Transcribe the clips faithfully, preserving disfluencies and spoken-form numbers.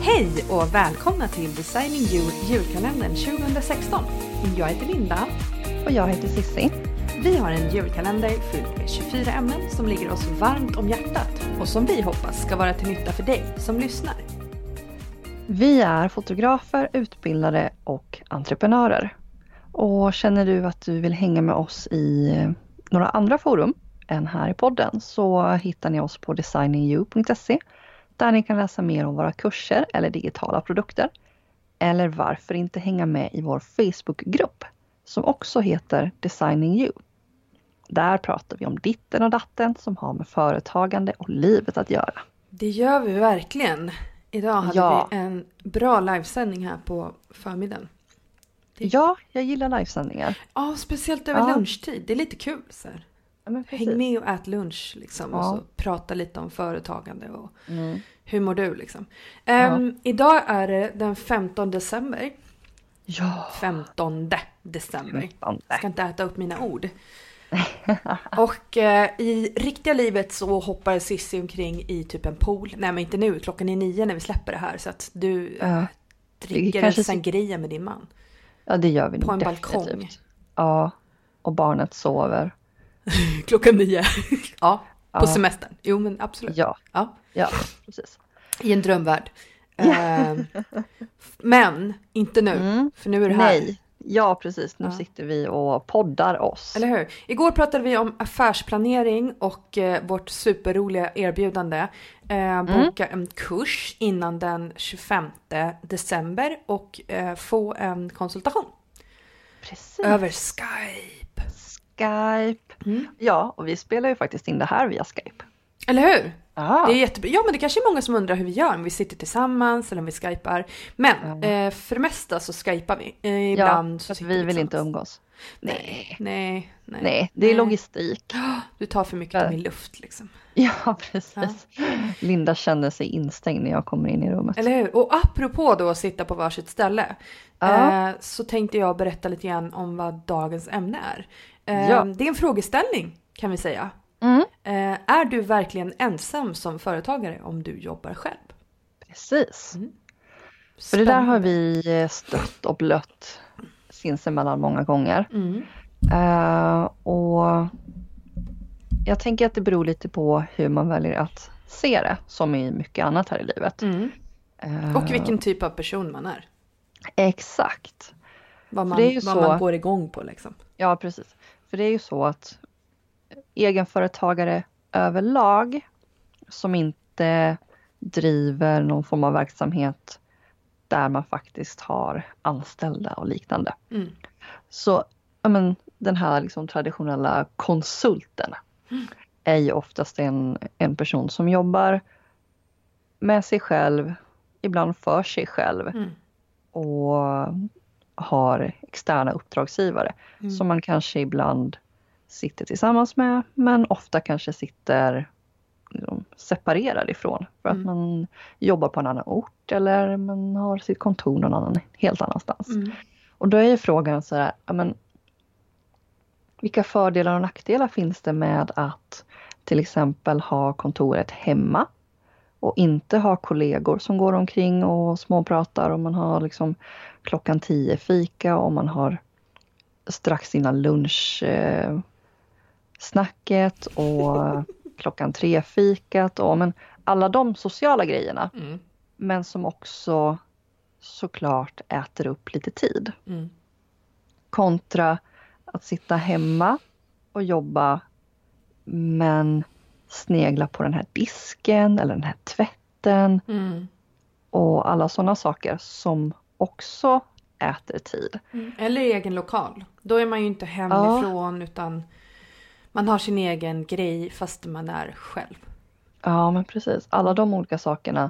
Hej och välkomna till Designing You julkalendern tjugo sexton. Jag heter Linda. Och jag heter Sissi. Vi har en julkalender fylld med tjugofyra ämnen som ligger oss varmt om hjärtat och som vi hoppas ska vara till nytta för dig som lyssnar. Vi är fotografer, utbildare och entreprenörer. Och känner du att du vill hänga med oss i några andra forum än här i podden så hittar ni oss på designing you punkt se där ni kan läsa mer om våra kurser eller digitala produkter. Eller varför inte hänga med i vår Facebookgrupp som också heter Designing You. Där pratar vi om ditten och datten som har med företagande och livet att göra. Det gör vi verkligen. Idag hade ja. vi en bra livesändning här på förmiddagen. Det... Ja, jag gillar livesändningar. Ja, speciellt över ja. lunchtid. Det är lite kul så här. Ja, häng med och ät lunch liksom, ja. och så prata lite om företagande och mm. hur mår du liksom. Ja. Um, idag är det den femtonde december. Ja. femtonde december. femtonde. Jag ska inte äta upp mina ord. Och uh, i riktiga livet så hoppar Sissi omkring i typ en pool. Nej men inte nu, klockan är nio när vi släpper det här. Så att du uh, dricker en sangria med din man. Ja, det gör vi på nog en definitivt. balkong. Ja, och barnet sover. Klockan nio. ja, på ja. semestern. Jo, men absolut. Ja, ja. ja precis. I en drömvärld. uh, men, inte nu. Mm. För nu är det här. Nej, ja precis. Nu ja. sitter vi och poddar oss. Eller hur? Igår pratade vi om affärsplanering och uh, vårt superroliga erbjudande. Uh, boka mm. en kurs innan den tjugofemte december och uh, få en konsultation. Precis. Över Skype. Skype. Mm. Ja, och vi spelar ju faktiskt in det här via Skype. Eller hur? Ah. Det är jättebra. Ja, men det kanske är många som undrar hur vi gör. Om vi sitter tillsammans eller om vi skypar. Men mm. eh, för det mesta så skypar vi. Eh, ibland ja, så så vi vill inte umgås. Nej, nej, nej. Nej, det är nej. logistik. Du tar för mycket av min luft liksom. Ja, precis. Ja. Linda känner sig instängd när jag kommer in i rummet. Eller hur? Och apropå då att sitta på varsitt ställe. Ja. Eh, så tänkte jag berätta lite grann om vad dagens ämne är. Eh, ja. Det är en frågeställning kan vi säga. Mm. Eh, är du verkligen ensam som företagare om du jobbar själv? Precis. Mm. För det där har vi stött och blött sinsemellan många gånger. Mm. Uh, och jag tänker att det beror lite på hur man väljer att se det, som i mycket annat här i livet. Mm. Uh, och vilken typ av person man är. Exakt. Vad man, vad så, man går igång på liksom. Ja, precis. För det är ju så att egenföretagare överlag som inte driver någon form av verksamhet där man faktiskt har anställda och liknande. Mm. Så ja, men, den här liksom, traditionella konsulten mm. är ju oftast en, en person som jobbar med sig själv, ibland för sig själv mm. och har externa uppdragsgivare mm. som man kanske ibland sitter tillsammans med, men ofta kanske sitter liksom, separerad ifrån för mm. att man jobbar på en annan ort eller man har sitt kontor någon annan, helt annanstans. Mm. Och då är ju frågan så här, ja, men, vilka fördelar och nackdelar finns det med att till exempel ha kontoret hemma och inte ha kollegor som går omkring och småpratar och man har liksom klockan tio fika och man har strax innan lunch eh, snacket och klockan tre fikat och men alla de sociala grejerna mm. men som också såklart äter upp lite tid. Mm. Kontra att sitta hemma och jobba men snegla på den här disken eller den här tvätten mm. och alla sådana saker som också äter tid. Mm. Eller egen lokal. Då är man ju inte hemifrån ja. utan man har sin egen grej fast man är själv. Ja, men precis. Alla de olika sakerna.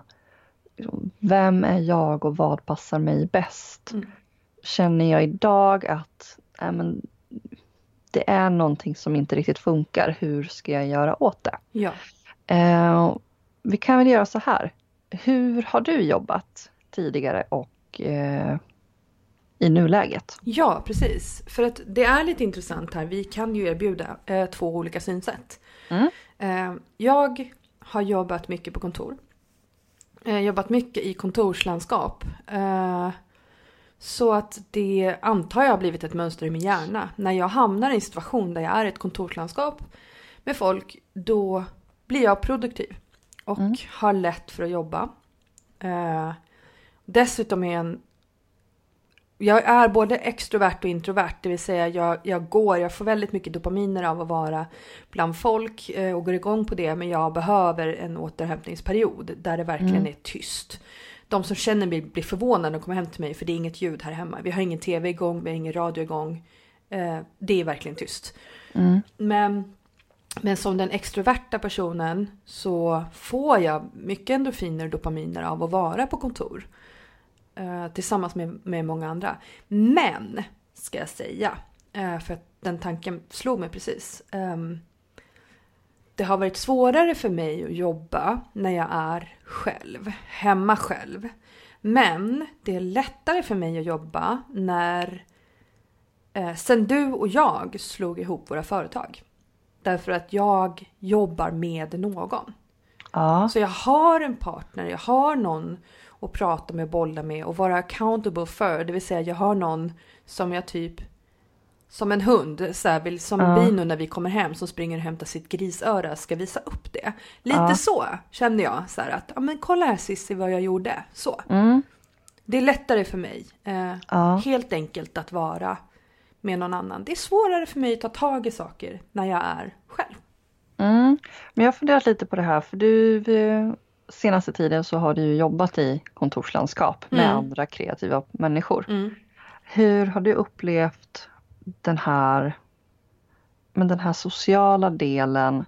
Vem är jag och vad passar mig bäst? Mm. Känner jag idag att äh, men, det är någonting som inte riktigt funkar. Hur ska jag göra åt det? Ja. Eh, vi kan väl göra så här. Hur har du jobbat tidigare och eh, i nuläget? Ja, precis. För att det är lite intressant här. Vi kan ju erbjuda eh, två olika synsätt. Mm. Eh, jag har jobbat mycket på kontor. eh, jobbat mycket i kontorslandskap. Eh, så att det antar jag har blivit ett mönster i min hjärna. När jag hamnar i en situation där jag är i ett kontorslandskap med folk, då blir jag produktiv. Och mm. har lätt för att jobba. Eh, dessutom är en Jag är både extrovert och introvert, det vill säga jag, jag går, jag får väldigt mycket dopaminer av att vara bland folk eh, och går igång på det, men jag behöver en återhämtningsperiod där det verkligen mm. är tyst. De som känner mig blir förvånade och kommer hem till mig, för det är inget ljud här hemma. Vi har ingen tv igång, vi har ingen radio igång. Eh, det är verkligen tyst. Mm. Men, men som den extroverta personen så får jag mycket endorfiner och dopaminer av att vara på kontor. Uh, tillsammans med, med många andra. Men, ska jag säga, uh, för att den tanken slog mig precis. Um, det har varit svårare för mig att jobba när jag är själv, hemma själv. Men det är lättare för mig att jobba när uh, sen du och jag slog ihop våra företag. Därför att jag jobbar med någon. Ja. Så jag har en partner, jag har någon och prata med och bolla med och vara accountable för. Det vill säga jag har någon som jag typ som en hund så här, vill, som ja. Bino när vi kommer hem som springer och hämtar sitt grisöra ska visa upp det. Lite ja. Så kände jag så här att ja, men kolla här Cissi vad jag gjorde. Så. Mm. Det är lättare för mig. Eh, ja. Helt enkelt att vara med någon annan. Det är svårare för mig att ta tag i saker när jag är själv. Mm. Men jag har funderat lite på det här för du... Vi... Senaste tiden så har du ju jobbat i kontorslandskap med mm. andra kreativa människor. Mm. Hur har du upplevt den här, men den här sociala delen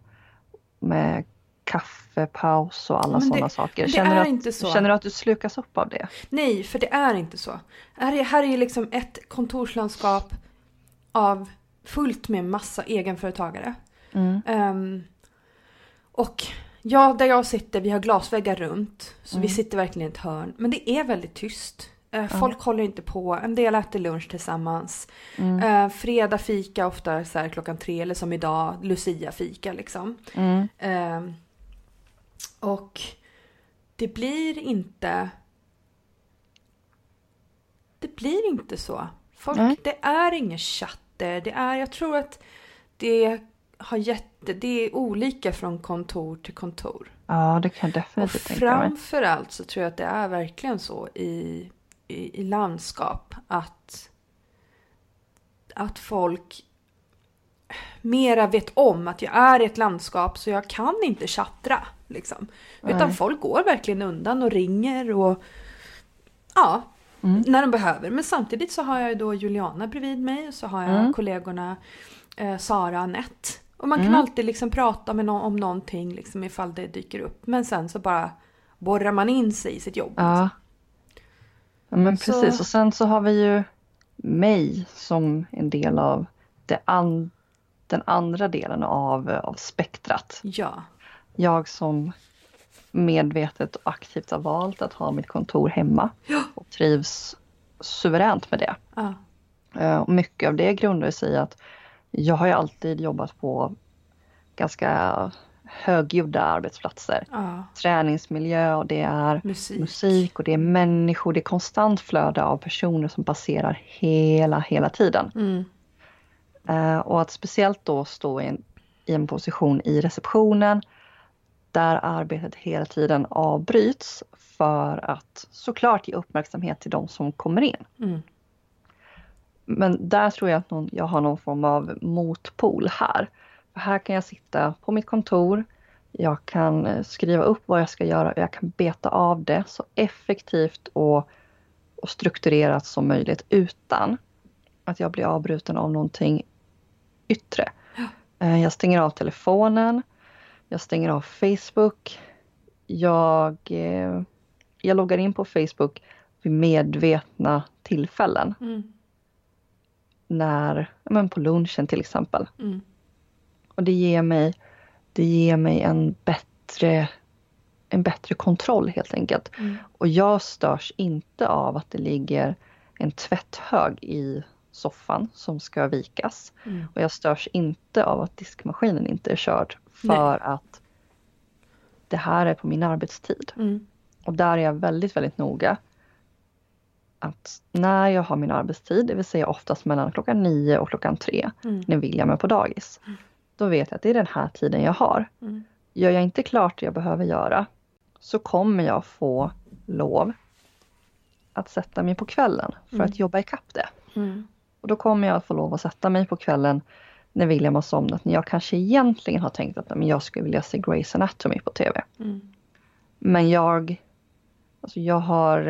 med kaffepaus och alla men sådana det, saker? Det känner, är du att, inte så. känner du att du slukas upp av det? Nej, för det är inte så. Här är, här är liksom ett kontorslandskap av fullt med massa egenföretagare. Mm. Um, och ja, där jag sitter, vi har glasväggar runt. Så mm. vi sitter verkligen i ett hörn. Men det är väldigt tyst. Eh, folk mm. håller inte på. En del äter lunch tillsammans. Mm. Eh, fredag fika ofta så här klockan tre. Eller som idag, Lucia fika liksom. Mm. Eh, och det blir inte... Det blir inte så. Folk, mm. det är ingen chatter. Det är, jag tror att det... har jätte, det är olika från kontor till kontor. Ja, det kan jag definitivt tänka mig. Framförallt så tror jag att det är verkligen så i, i, i landskap att, att folk mera vet om att jag är i ett landskap så jag kan inte chattra. Liksom. Utan Nej. Folk går verkligen undan och ringer och ja, mm. när de behöver. Men samtidigt så har jag då Juliana bredvid mig och så har jag mm. kollegorna eh, Sara och Anette. Och man kan mm. alltid liksom prata med no- om någonting liksom ifall det dyker upp. Men sen så bara borrar man in sig i sitt jobb. Ja, liksom. Ja men så... precis. Och sen så har vi ju mig som en del av det an- den andra delen av, av spektrat. Ja. Jag som medvetet och aktivt har valt att ha mitt kontor hemma. Ja. Och trivs suveränt med det. Ja. Och mycket av det grundar sig i att jag har ju alltid jobbat på ganska högljudda arbetsplatser. Ja. Träningsmiljö och det är musik. musik och det är människor. Det är konstant flöde av personer som passerar hela, hela tiden. Mm. Uh, och att speciellt då stå i en, i en position i receptionen där arbetet hela tiden avbryts för att såklart ge uppmärksamhet till de som kommer in. Mm. Men där tror jag att någon, jag har någon form av motpol här. För här kan jag sitta på mitt kontor. Jag kan skriva upp vad jag ska göra. Jag kan beta av det så effektivt och, och strukturerat som möjligt. Utan att jag blir avbruten av någonting yttre. Ja. Jag stänger av telefonen. Jag stänger av Facebook. Jag, jag loggar in på Facebook vid medvetna tillfällen. Mm. När, men på lunchen till exempel. Mm. Och det ger mig, det ger mig en bättre, en bättre kontroll helt enkelt. Mm. Och jag störs inte av att det ligger en tvätthög i soffan som ska vikas. Mm. Och jag störs inte av att diskmaskinen inte är körd för Nej. Att det här är på min arbetstid. Mm. Och där är jag väldigt, väldigt noga. Att när jag har min arbetstid, det vill säga oftast mellan klockan nio och klockan tre, mm. när William är på dagis. Mm. Då vet jag att det är den här tiden jag har. Mm. Gör jag inte klart det jag behöver göra, så kommer jag få lov att sätta mig på kvällen för mm. att jobba ikapp det. Mm. Och då kommer jag att få lov att sätta mig på kvällen när William har somnat. När jag kanske egentligen har tänkt att men jag skulle vilja se Grey's Anatomy på tv. Mm. Men jag, alltså jag, har,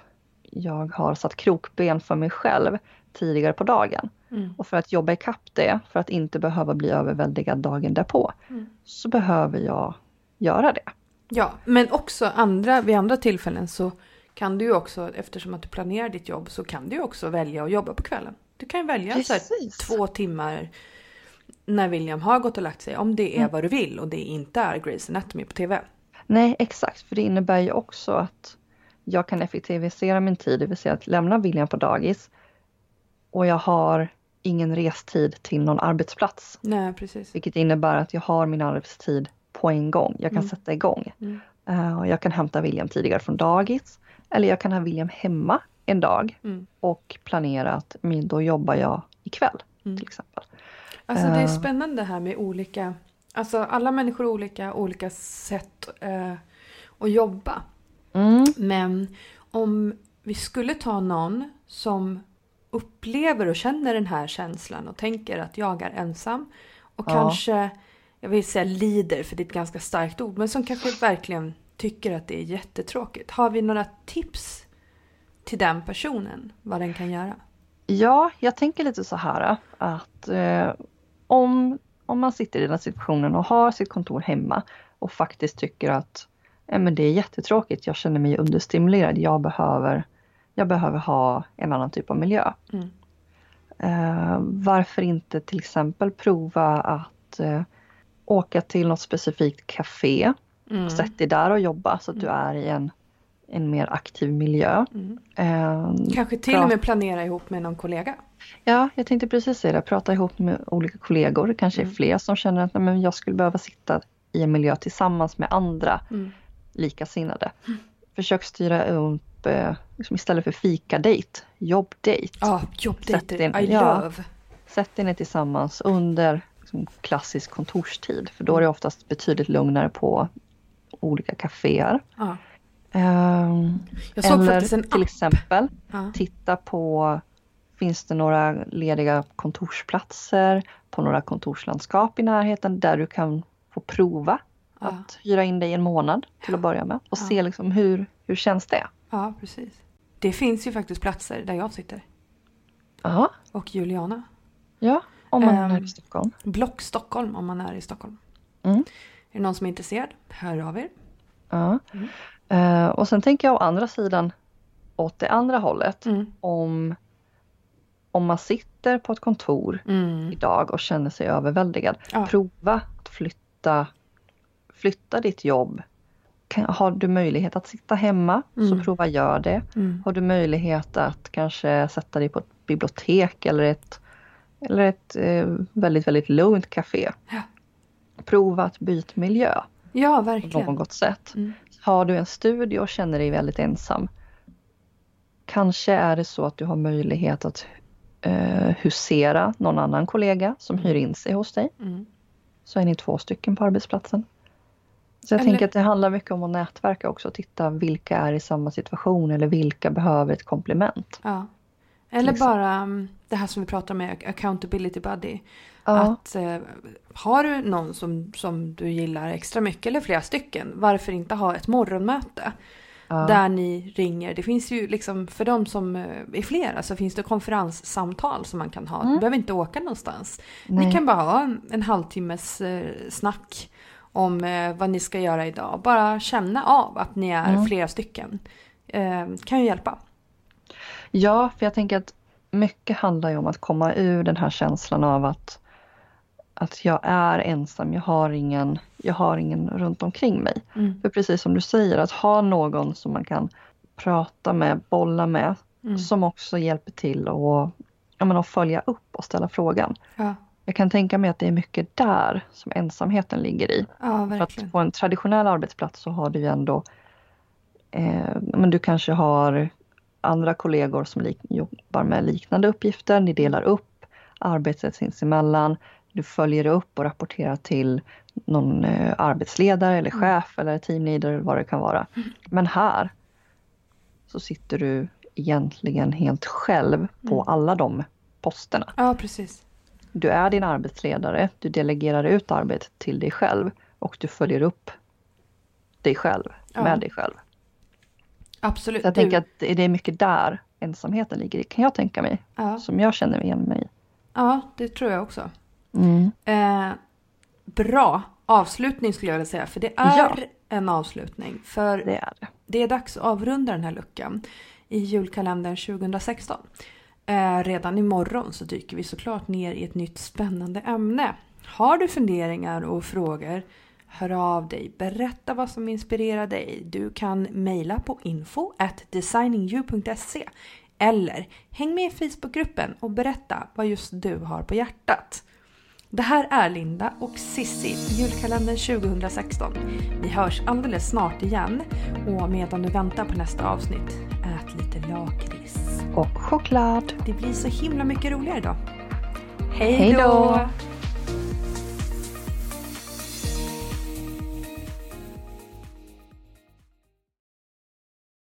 jag har satt krokben för mig själv tidigare på dagen. Mm. Och för att jobba ikapp det, för att inte behöva bli överväldigad dagen därpå, mm. så behöver jag göra det. Ja, men också andra, vid andra tillfällen så kan du ju också, eftersom att du planerar ditt jobb, så kan du ju också välja att jobba på kvällen. Du kan ju välja så här, två timmar när William har gått och lagt sig, om det är mm. vad du vill och det inte är Grey's Anatomy på tv. Nej, exakt. För det innebär ju också att jag kan effektivisera min tid, det vill säga att lämna William på dagis. Och jag har ingen restid till någon arbetsplats. Nej, precis. Vilket innebär att jag har min arbetstid på en gång. Jag kan mm. sätta igång. Mm. Uh, och jag kan hämta William tidigare från dagis. Eller jag kan ha William hemma en dag. Mm. Och planera att men då jobbar jag ikväll mm. till exempel. Alltså det är spännande här med olika... Alltså alla människor har olika, olika sätt uh, att jobba. Mm. Men om vi skulle ta någon som upplever och känner den här känslan och tänker att jag är ensam. Och ja. kanske, jag vill säga lider för det är ett ganska starkt ord. Men som kanske verkligen tycker att det är jättetråkigt. Har vi några tips till den personen? Vad den kan göra? Ja, jag tänker lite så här. Att eh, om, om man sitter i den situationen och har sitt kontor hemma. Och faktiskt tycker att eh, men det är jättetråkigt. Jag känner mig understimulerad. Jag behöver... Jag behöver ha en annan typ av miljö. Mm. Uh, varför inte till exempel prova att uh, åka till något specifikt café. Mm. Sätt dig där och jobba så att mm. du är i en, en mer aktiv miljö. Mm. Uh, Kanske till och med planera ihop med någon kollega. Ja, jag tänkte precis säga det. Prata ihop med olika kollegor. Det kanske mm. är fler som känner att nej, men jag skulle behöva sitta i en miljö tillsammans med andra mm. likasinnade. Mm. Försök styra upp liksom istället för fika-date, jobb-date. Ja, jobb-date, I love. Ja, sätt er tillsammans under liksom, klassisk kontorstid. För då är det oftast betydligt lugnare på olika kaféer. Ja. Um, Jag såg eller faktiskt en till app. exempel ja. titta på, finns det några lediga kontorsplatser på några kontorslandskap i närheten där du kan få prova ja. att hyra in dig en månad till att börja med. Och ja. se liksom hur, hur känns det? Ja, precis. Det finns ju faktiskt platser där jag sitter. Ja. Och Juliana. Ja, om man um, är i Stockholm. Block Stockholm om man är i Stockholm. Mm. Är det någon som är intresserad? Hör av er. Ja. Mm. Uh, och sen tänker jag å andra sidan åt det andra hållet. Mm. Om, om man sitter på ett kontor mm. idag och känner sig överväldigad. Ja. Prova att flytta, flytta ditt jobb. Kan, har du möjlighet att sitta hemma mm. så prova gör det. Mm. Har du möjlighet att kanske sätta dig på ett bibliotek eller ett, eller ett eh, väldigt, väldigt lugnt café. Ja. Prova att byta miljö. Ja, verkligen. På något sätt. Mm. Har du en studio och känner dig väldigt ensam. Kanske är det så att du har möjlighet att eh, husera någon annan kollega som hyr in sig hos dig. Mm. Så är ni två stycken på arbetsplatsen. Så jag eller... tänker att det handlar mycket om att nätverka också. Titta vilka är i samma situation eller vilka behöver ett komplement. Ja. Eller liksom. Bara det här som vi pratar om med accountability buddy. Ja. Att eh, har du någon som, som du gillar extra mycket eller flera stycken. Varför inte ha ett morgonmöte. Ja. Där ni ringer. Det finns ju liksom för de som är flera så finns det konferenssamtal som man kan ha. Mm. Du behöver inte åka någonstans. Nej. Ni kan bara ha en, en halvtimmes eh, snack om eh, vad ni ska göra idag. Bara känna av att ni är mm. flera stycken. Eh, kan ju hjälpa. Ja, för jag tänker att mycket handlar ju om att komma ur den här känslan av att, att jag är ensam. Jag har ingen, jag har ingen runt omkring mig. Mm. För precis som du säger, att ha någon som man kan prata med, bolla med. Mm. Som också hjälper till att, ja, men, att följa upp och ställa frågan. Ja. Jag kan tänka mig att det är mycket där som ensamheten ligger i. Ja, för att på en traditionell arbetsplats så har du ju ändå Eh, men du kanske har andra kollegor som lik- jobbar med liknande uppgifter. Ni delar upp arbetet sinsemellan. Du följer upp och rapporterar till någon eh, arbetsledare eller chef mm. eller teamleader eller vad det kan vara. Mm. Men här så sitter du egentligen helt själv på mm. alla de posterna. Ja, precis. Du är din arbetsledare, du delegerar ut arbetet till dig själv och du följer upp dig själv, ja. med dig själv. Absolut. Så jag du... tänker att det är mycket där ensamheten ligger i, kan jag tänka mig. Ja. Som jag känner igen mig i. Ja, det tror jag också. Mm. Eh, bra avslutning skulle jag vilja säga. För det är ja. en avslutning. För det är det. Det är dags att avrunda den här luckan i julkalendern tjugo sexton. Eh, redan imorgon så dyker vi såklart ner i ett nytt spännande ämne. Har du funderingar och frågor, hör av dig. Berätta vad som inspirerar dig. Du kan mejla på info at designingyou punkt se eller häng med i Facebookgruppen och berätta vad just du har på hjärtat. Det här är Linda och Sissi i julkalendern tjugo sexton. Vi hörs alldeles snart igen och medan du väntar på nästa avsnitt, ät lite lakrits. Och choklad. Det blir så himla mycket roligare då. Hej då!